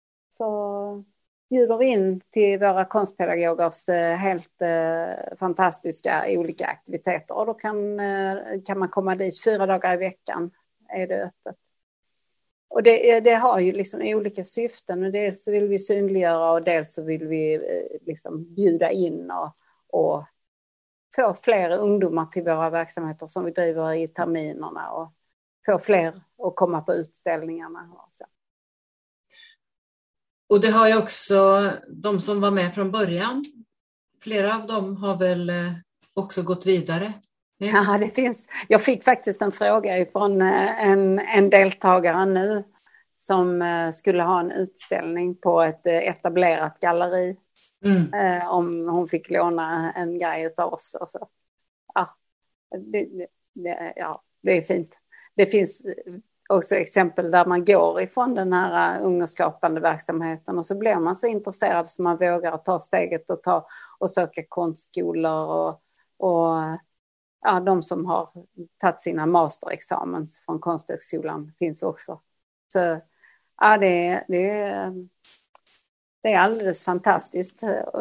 så bjuder in till våra konstpedagogers helt eh, fantastiska olika aktiviteter. Och då kan, eh, kan man komma dit fyra dagar i veckan är det öppet. Och det, det har ju liksom olika syften. Och dels så vill vi synliggöra och dels så vill vi eh, liksom bjuda in och, och få fler ungdomar till våra verksamheter som vi driver i terminerna och få fler att komma på utställningarna och så. Och det har ju också de som var med från början. Flera av dem har väl också gått vidare. Ja, det finns. Jag fick faktiskt en fråga från en, en deltagare nu som skulle ha en utställning på ett etablerat galleri. Mm. Om hon fick låna en grej av oss. Och så. Ja, det, det, ja, det är fint. Det finns också exempel där man går ifrån den här ungeskapande verksamheten och så blir man så intresserad som man vågar ta steget och, ta, och söka konstskolor och, och ja, de som har tagit sina masterexamen från Konsthögskolan finns också. Så ja, det, det, det är alldeles fantastiskt.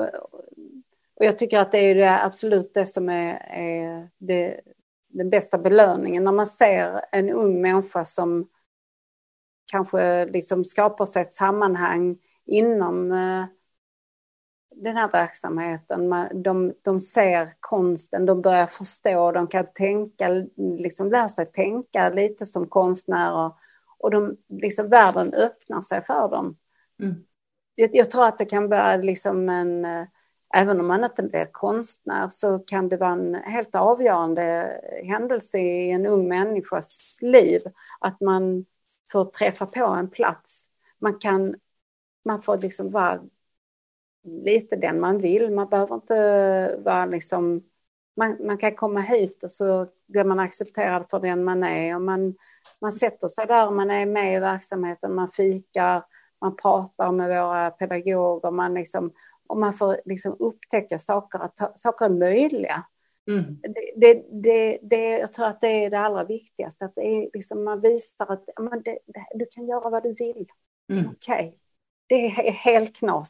Och jag tycker att det är det, absolut det som är, är det, den bästa belöningen. När man ser en ung människa som kanske liksom skapar sig ett sammanhang inom eh, den här verksamheten. Man, de, de ser konsten, de börjar förstå, de kan tänka, liksom lära sig tänka lite som konstnärer. Och de, liksom, världen öppnar sig för dem. Mm. Jag, jag tror att det kan vara liksom en... Även om man inte blir konstnär så kan det vara en helt avgörande händelse i en ung människas liv. Att man får träffa på en plats. Man kan, man får liksom vara lite den man vill. Man behöver inte vara liksom, man, man kan komma hit och så blir man accepterad för den man är. Och man, man sätter sig där och man är med i verksamheten. Man fikar, man pratar med våra pedagoger. Man liksom... Och man får liksom upptäcka saker, att saker är möjliga. Mm. Det, det, det, det, jag tror att det är det allra viktigaste. Att det är liksom, man visar att men det, det, du kan göra vad du vill. Mm. Okej. Okay. Det är helt knasigt.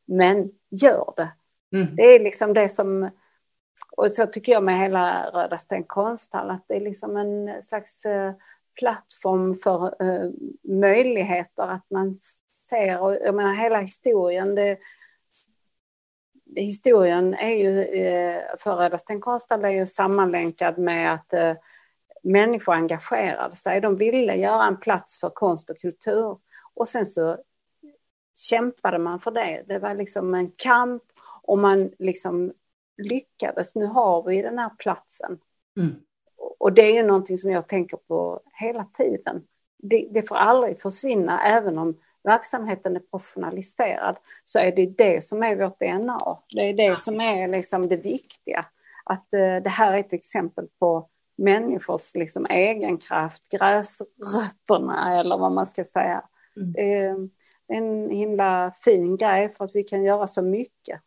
Men gör det. Mm. Det är liksom det som, och så tycker jag med hela Röda Sten Konsthall, att det är liksom en slags eh, plattform för eh, möjligheter att man ser, och jag menar hela historien, det, det, historien är ju eh, för Röda Sten Konsthall är ju sammanlänkad med att eh, människor engagerade sig, de ville göra en plats för konst och kultur, och sen så kämpade man för det. Det var liksom en kamp och man liksom lyckades. Nu har vi den här platsen. Mm. Och det är ju någonting som jag tänker på hela tiden. Det, det får aldrig försvinna, även om verksamheten är professionaliserad, så är det det som är vårt D N A. Det är det som är liksom det viktiga. Att uh, det här är ett exempel på människors liksom egenkraft, gräsrötterna eller vad man ska säga. Mm. Uh, en himla fin grej för att vi kan göra så mycket.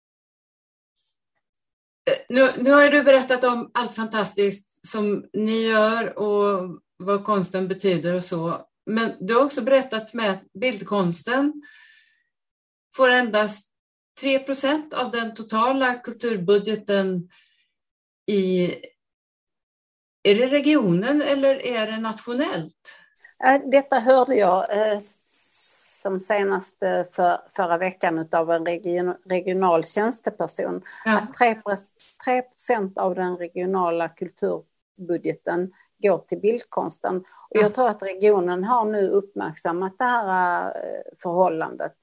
Nu, nu har du berättat om allt fantastiskt som ni gör och vad konsten betyder och så. Men du har också berättat med att bildkonsten får endast tre procent av den totala kulturbudgeten i... Är det regionen eller är det nationellt? Detta hörde jag som senast för, förra veckan av en region, regional tjänsteperson. Ja. Att tre procent av den regionala kulturbudgeten går till bildkonsten. Och ja. Jag tror att regionen har nu uppmärksammat det här förhållandet.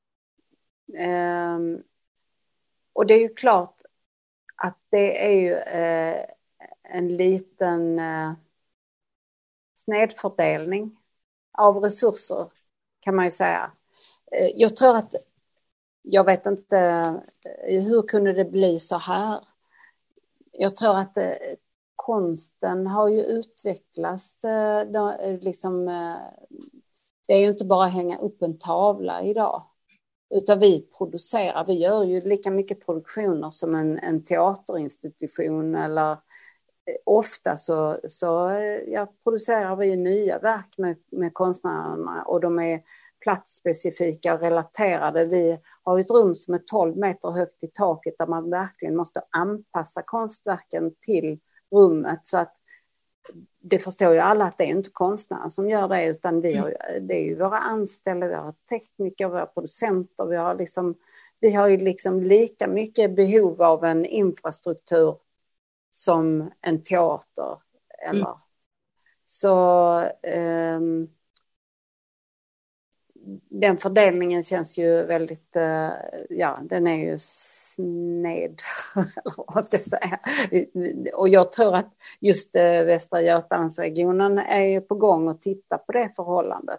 Ehm, och det är ju klart att det är ju eh, en liten eh, snedfördelning av resurser, kan man ju säga. Jag tror att, jag vet inte, hur kunde det bli så här? Jag tror att eh, konsten har ju utvecklats, eh, då, liksom, eh, det är ju inte bara hänga upp en tavla idag, utan vi producerar, vi gör ju lika mycket produktioner som en, en teaterinstitution, eller eh, ofta så, så ja, producerar vi nya verk med, med konstnärerna, och de är platsspecifika och relaterade. Vi har ett rum som är tolv meter högt i taket, där man verkligen måste anpassa konstverken till rummet, så att det förstår ju alla att det är inte konstnären som gör det, utan vi har, det är ju våra anställda, vi har tekniker, vi har producenter, vi har liksom, vi har ju liksom lika mycket behov av en infrastruktur som en teater eller mm. så um, den fördelningen känns ju väldigt, uh, ja, den är ju sned, eller vad man ska säga. Och jag tror att just uh, Västra Götalandsregionen är ju på gång att titta på det förhållandet.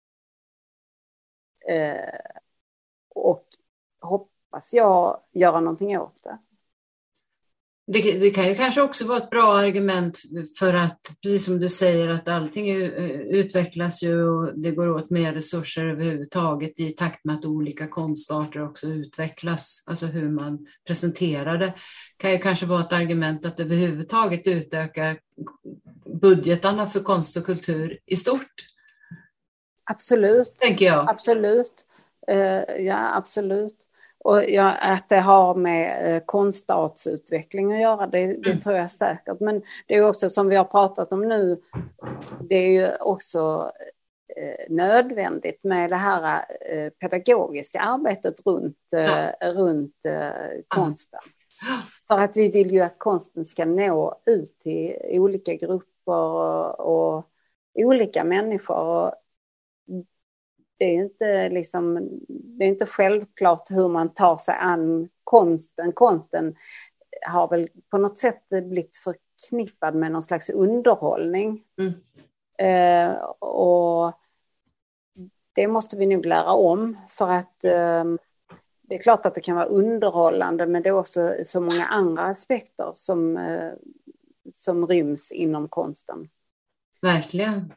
Uh, och hoppas jag göra någonting åt det. Det, det kan ju kanske också vara ett bra argument för att, precis som du säger, att allting utvecklas ju och det går åt mer resurser överhuvudtaget i takt med att olika konstarter också utvecklas. Alltså hur man presenterar det kan ju kanske vara ett argument att överhuvudtaget utöka budgetarna för konst och kultur i stort. Absolut. Tänker jag. Absolut. Uh, ja, absolut. Och ja, att det har med eh, konstartsutveckling att göra, det, det mm. tror jag säkert. Men det är också, som vi har pratat om nu, det är ju också eh, nödvändigt med det här eh, pedagogiska arbetet runt, eh, ja. runt eh, konsten. Mm. För att vi vill ju att konsten ska nå ut till olika grupper och, och olika människor. Det är inte liksom, det är inte självklart hur man tar sig an konsten. Konsten har väl på något sätt blivit förknippad med någon slags underhållning. Mm. Eh, och det måste vi nog lära om, för att eh, det är klart att det kan vara underhållande, men det är också så många andra aspekter som, eh, som ryms inom konsten. Verkligen.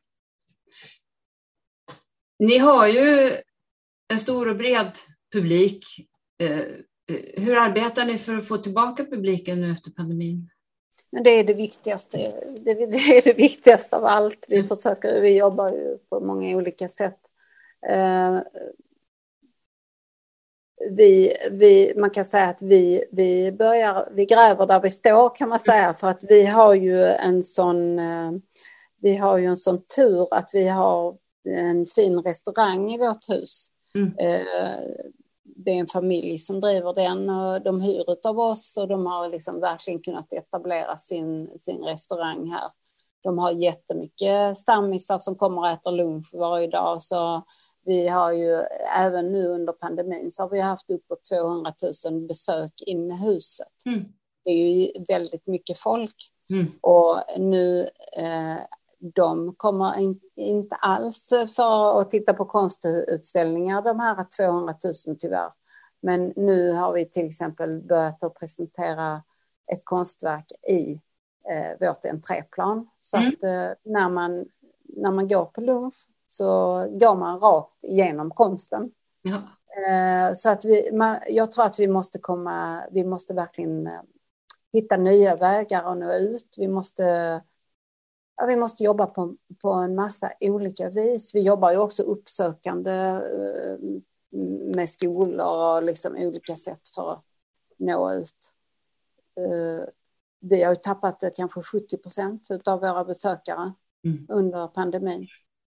Ni har ju en stor och bred publik. Hur arbetar ni för att få tillbaka publiken nu efter pandemin? Men det är det viktigaste. Det är det viktigaste av allt. Vi försöker, vi jobbar ju på många olika sätt. vi, vi, man kan säga att vi, vi börjar, vi gräver där vi står kan man säga, för att vi har ju en sån, vi har ju en sån tur att vi har en fin restaurang i vårt hus. Mm. Det är en familj som driver den och de hyr av oss och de har liksom verkligen kunnat etablera sin, sin restaurang här. De har jättemycket stammisar som kommer och äter lunch varje dag, så vi har ju även nu under pandemin så har vi haft uppåt tvåhundratusen besök in i huset. Mm. Det är ju väldigt mycket folk. Mm. Och nu eh, de kommer in, inte alls för att titta på konstutställningar, de här tvåhundratusen tyvärr. Men nu har vi till exempel börjat att presentera ett konstverk i eh, vårt entréplan. Så mm. att eh, när, man, när man går på lunch så går man rakt igenom konsten. Ja. Eh, så att vi, man, jag tror att vi måste komma, vi måste verkligen eh, hitta nya vägar och nå ut. Vi måste, ja, vi måste jobba på, på en massa olika vis. Vi jobbar ju också uppsökande eh, med skolor och liksom olika sätt för att nå ut. Eh, vi har ju tappat kanske sjuttio procent av våra besökare mm. under pandemin.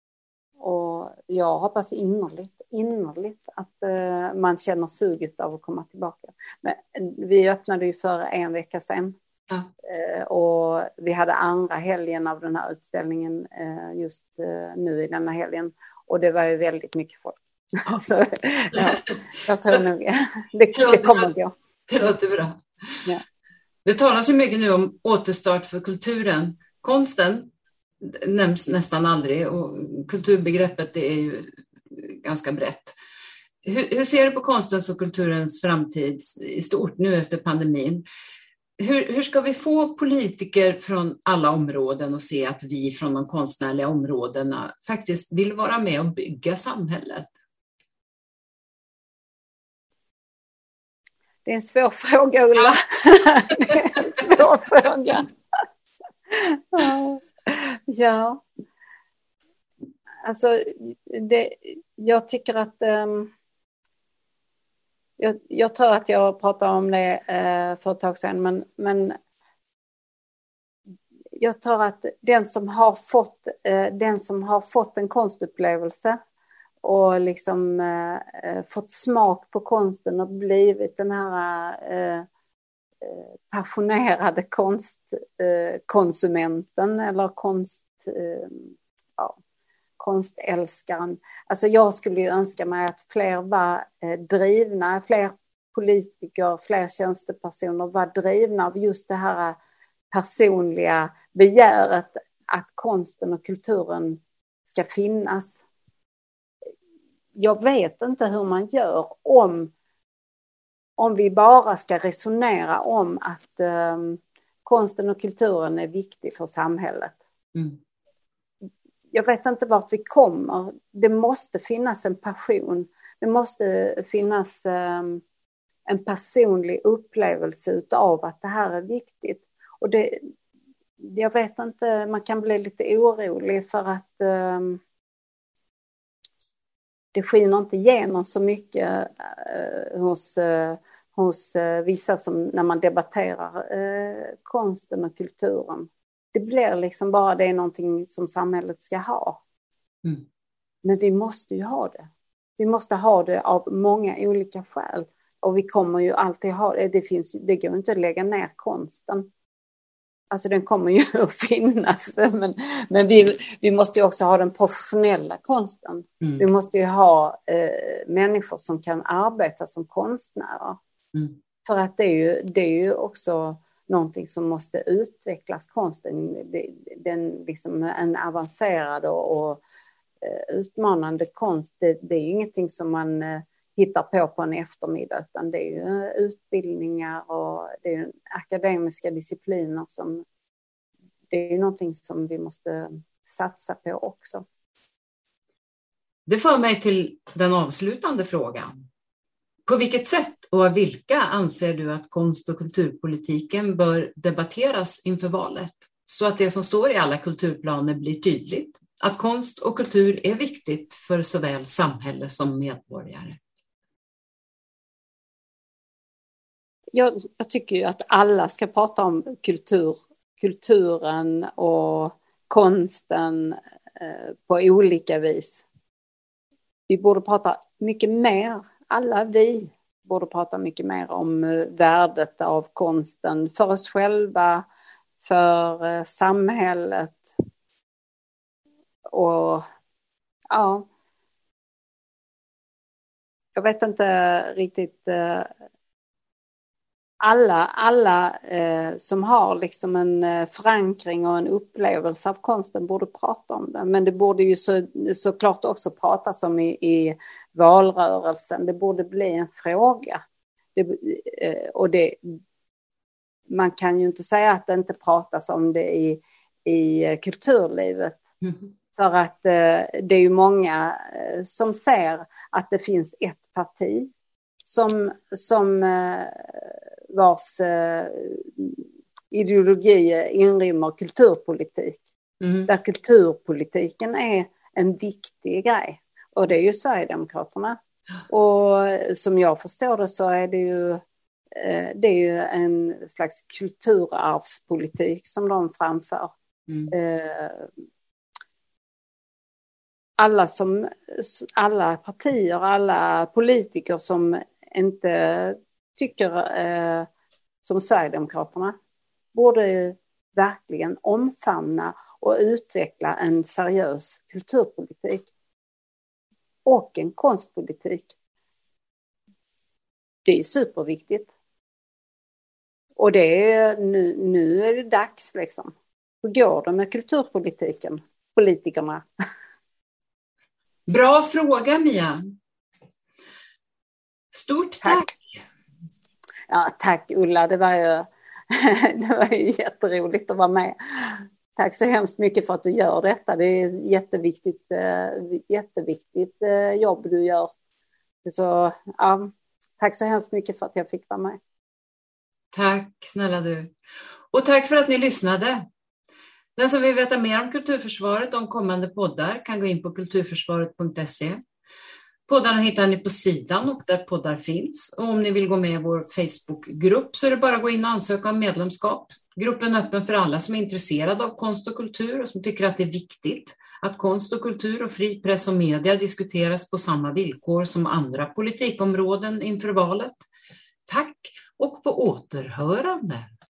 Och jag hoppas innerligt, innerligt att uh, man känner suget av att komma tillbaka. Men vi öppnade ju för en vecka sedan. Ja. Uh, och vi hade andra helgen av den här utställningen uh, just uh, nu i denna helgen. Och det var ju väldigt mycket folk. Ja. Så ja, jag tror nog det, det kommer att gå. Det låter bra. Ja. Det talas ju mycket nu om återstart för kulturen. Konsten nämns nästan aldrig och kulturbegreppet det är ju ganska brett. Hur, hur ser du på konstens och kulturens framtid i stort nu efter pandemin? Hur, hur ska vi få politiker från alla områden att se att vi från de konstnärliga områdena faktiskt vill vara med och bygga samhället? Det är en svår fråga, Ulla. Det är en svår fråga. Ja. Alltså, det, jag tycker att... Um, jag, jag tror att jag pratade om det uh, för ett tag sedan, men, men jag tror att den som har fått, uh, den som har fått en konstupplevelse och liksom uh, fått smak på konsten och blivit den här uh, passionerade konstkonsumenten uh, eller konst, uh, ja, konstälskaren. Alltså jag skulle ju önska mig att fler var uh, drivna, fler politiker, fler tjänstepersoner var drivna av just det här personliga begäret att konsten och kulturen ska finnas. Jag vet inte hur man gör om, om vi bara ska resonera om att um, konsten och kulturen är viktig för samhället. Mm. Jag vet inte vart vi kommer. Det måste finnas en passion. Det måste finnas um, en personlig upplevelse av att det här är viktigt. Och det, jag vet inte, man kan bli lite orolig för att um, det skiner inte igenom så mycket uh, hos, uh, hos uh, vissa som när man debatterar uh, konsten och kulturen. Det blir liksom bara det är någonting som samhället ska ha. Mm. Men vi måste ju ha det. Vi måste ha det av många olika skäl. Och vi kommer ju alltid ha det. Det, finns, det går inte att lägga ner konsten. Alltså den kommer ju att finnas. Men, men vi, vi måste ju också ha den professionella konsten. Mm. Vi måste ju ha eh, människor som kan arbeta som konstnärer. Mm. För att det är ju, det är ju också någonting som måste utvecklas. Konsten, det, den liksom en avancerad och, och eh, utmanande konst. Det, det är ju ingenting som man eh, hittar på på en eftermiddag. Utan det är ju utbildningar och det är akademiska discipliner som det är ju någonting som vi måste satsa på också. Det för mig till den avslutande frågan. På vilket sätt och av vilka anser du att konst- och kulturpolitiken bör debatteras inför valet? Så att det som står i alla kulturplaner blir tydligt. Att konst och kultur är viktigt för såväl samhälle som medborgare. jag, jag tycker ju att alla ska prata om kultur, kulturen och konsten eh, på olika vis. Vi borde prata mycket mer, alla vi borde prata mycket mer om värdet av konsten för oss själva, för eh, samhället och ja, jag vet inte riktigt. Eh, alla alla eh, som har liksom en eh, förankring och en upplevelse av konsten borde prata om det. Men det borde ju så, såklart också pratas om i, i valrörelsen. Det borde bli en fråga. Det, eh, och det, man kan ju inte säga att det inte pratas om det i, i kulturlivet. Mm. För att eh, det är ju många eh, som ser att det finns ett parti som, som eh, vars eh, ideologi inrymmer kulturpolitik. Mm. Där kulturpolitiken är en viktig grej. Och det är ju Sverigedemokraterna. Och som jag förstår det så är det ju, eh, det är ju en slags kulturarvspolitik som de framför. Mm. Eh, alla, som, alla partier, alla politiker som inte tycker eh, som Sverigedemokraterna borde verkligen omfamna och utveckla en seriös kulturpolitik och en konstpolitik. Det är superviktigt. Och det är, nu, nu är det dags liksom. Hur går det med kulturpolitiken? Politikerna. Bra fråga, Mia. Stort tack. tack. Ja, tack Ulla. Det var ju, det var ju jätteroligt att vara med. Tack så hemskt mycket för att du gör detta. Det är jätteviktigt, jätteviktigt jobb du gör. Så ja, tack så hemskt mycket för att jag fick vara med. Tack snälla du. Och tack för att ni lyssnade. Den som vill veta mer om Kulturförsvaret och om kommande poddar kan gå in på kulturförsvaret punkt se. Poddarna hittar ni på sidan och där poddar finns. Och om ni vill gå med i vår Facebookgrupp så är det bara att gå in och ansöka om medlemskap. Gruppen är öppen för alla som är intresserade av konst och kultur och som tycker att det är viktigt att konst och kultur och fri press och media diskuteras på samma villkor som andra politikområden inför valet. Tack och på återhörande!